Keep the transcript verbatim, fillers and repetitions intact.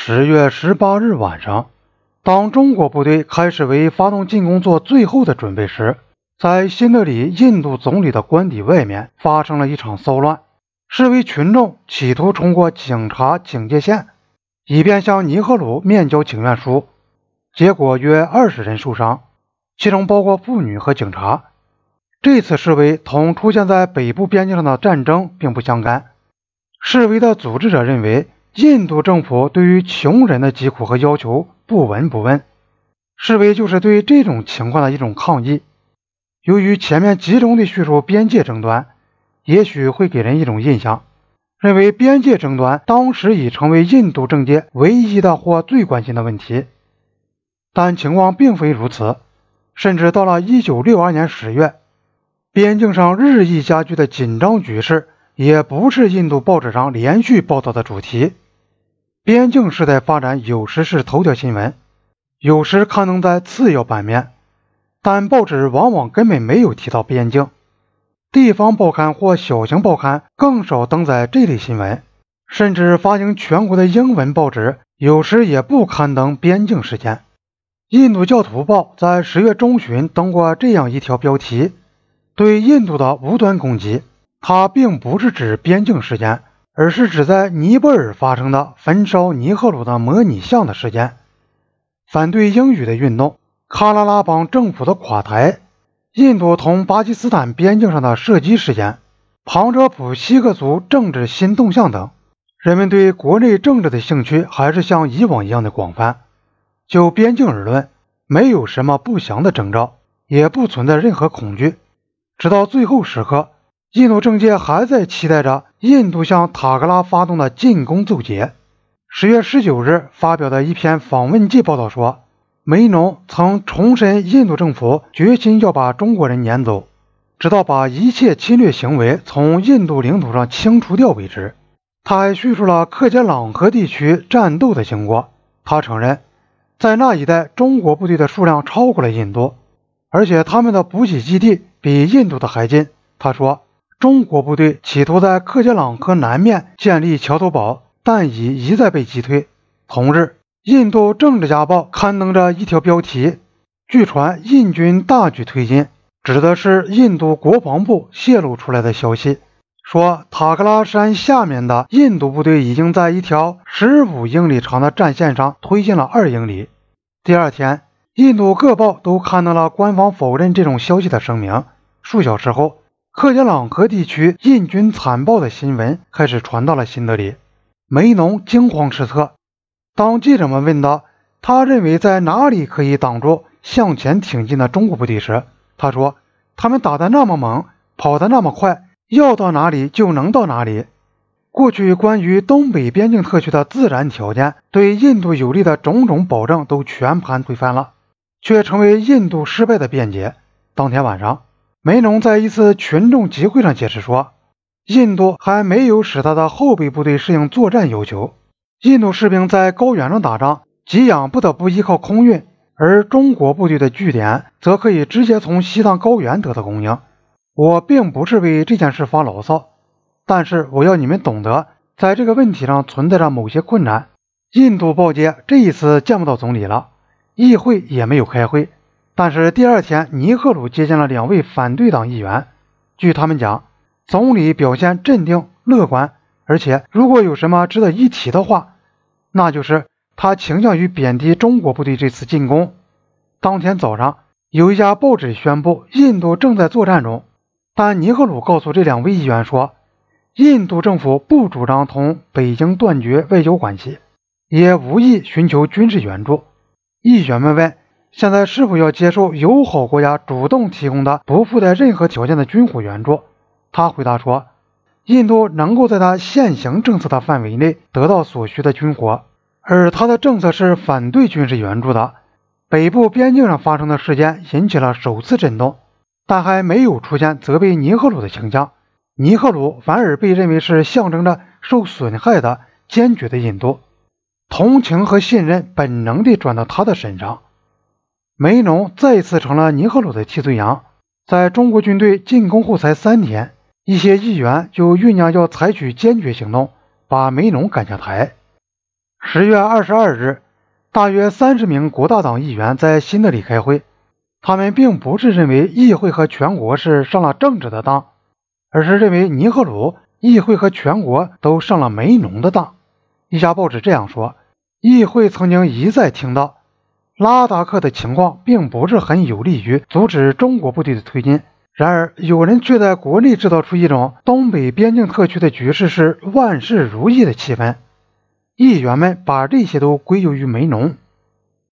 十月十八日晚上，当中国部队开始为发动进攻做最后的准备时，在新德里印度总理的官邸外面发生了一场骚乱。示威群众企图冲过警察警戒线，以便向尼赫鲁面交请愿书，结果约二十人受伤，其中包括妇女和警察。这次示威同出现在北部边境上的战争并不相干。示威的组织者认为，印度政府对于穷人的疾苦和要求不闻不问，示威就是对这种情况的一种抗议。由于前面集中地叙述边界争端，也许会给人一种印象，认为边界争端当时已成为印度政界唯一的或最关心的问题。但情况并非如此，甚至到了一九六二年十月，边境上日益加剧的紧张局势也不是印度报纸上连续报道的主题。边境事态发展有时是头条新闻，有时刊登在次要版面，但报纸往往根本没有提到边境。地方报刊或小型报刊更少登载这类新闻，甚至发行全国的英文报纸有时也不刊登边境事件。印度教徒报在十月中旬登过这样一条标题：对印度的无端攻击。它并不是指边境事件，而是指在尼泊尔发生的焚烧尼赫鲁的模拟像的事件。反对英语的运动，喀拉拉邦政府的垮台，印度同巴基斯坦边境上的射击事件，旁遮普锡克族政治新动向等，人们对国内政治的兴趣还是像以往一样的广泛。就边境而论，没有什么不祥的征兆，也不存在任何恐惧。直到最后时刻，印度政界还在期待着印度向塔格拉发动的进攻奏捷。十月十九日发表的一篇访问记报道说，梅农曾重申印度政府决心要把中国人撵走，直到把一切侵略行为从印度领土上清除掉为止。他还叙述了克杰朗河地区战斗的经过。他承认，在那一带中国部队的数量超过了印度，而且他们的补给基地比印度的还近。他说，中国部队企图在克杰朗河南面建立桥头堡，但已一再被击退。同日，印度政治家报刊登着一条标题，据传印军大举推进，指的是印度国防部泄露出来的消息，说塔克拉山下面的印度部队已经在一条十五英里长的战线上推进了二英里。第二天，印度各报都刊登了官方否认这种消息的声明。数小时后，克杰朗河地区印军残暴的新闻开始传到了新德里。梅农惊慌失措。当记者们问到他认为在哪里可以挡住向前挺进的中国部队时，他说，他们打得那么猛，跑得那么快，要到哪里就能到哪里。过去关于东北边境特区的自然条件对印度有利的种种保证都全盘推翻了，却成为印度失败的辩解。当天晚上，梅农在一次群众集会上解释说，印度还没有使他的后备部队适应作战要求。印度士兵在高原上打仗，给养不得不依靠空运，而中国部队的据点则可以直接从西藏高原得到供应。我并不是为这件事发牢骚，但是我要你们懂得，在这个问题上存在着某些困难。印度报界这一次见不到总理了，议会也没有开会，但是第二天尼赫鲁接见了两位反对党议员。据他们讲，总理表现镇定乐观，而且如果有什么值得一提的话，那就是他倾向于贬低中国部队这次进攻。当天早上，有一家报纸宣布印度正在作战中，但尼赫鲁告诉这两位议员说，印度政府不主张同北京断绝外交关系，也无意寻求军事援助。议员们问，现在是否要接受友好国家主动提供的不附带任何条件的军火援助？他回答说，印度能够在他现行政策的范围内得到所需的军火，而他的政策是反对军事援助的。北部边境上发生的事件引起了首次震动，但还没有出现责备尼赫鲁的倾向。尼赫鲁反而被认为是象征着受损害的坚决的印度，同情和信任本能地转到他的身上。梅农再次成了尼赫鲁的替罪羊。在中国军队进攻后才三天，一些议员就酝酿要采取坚决行动，把梅农赶下台。 十月二十二日，大约三十名国大党议员在新德里开会，他们并不是认为议会和全国是上了政治的当，而是认为尼赫鲁、议会和全国都上了梅农的当。一家报纸这样说，议会曾经一再听到拉达克的情况并不是很有利于阻止中国部队的推进，然而有人却在国内制造出一种东北边境特区的局势是万事如意的气氛。议员们把这些都归咎于梅农。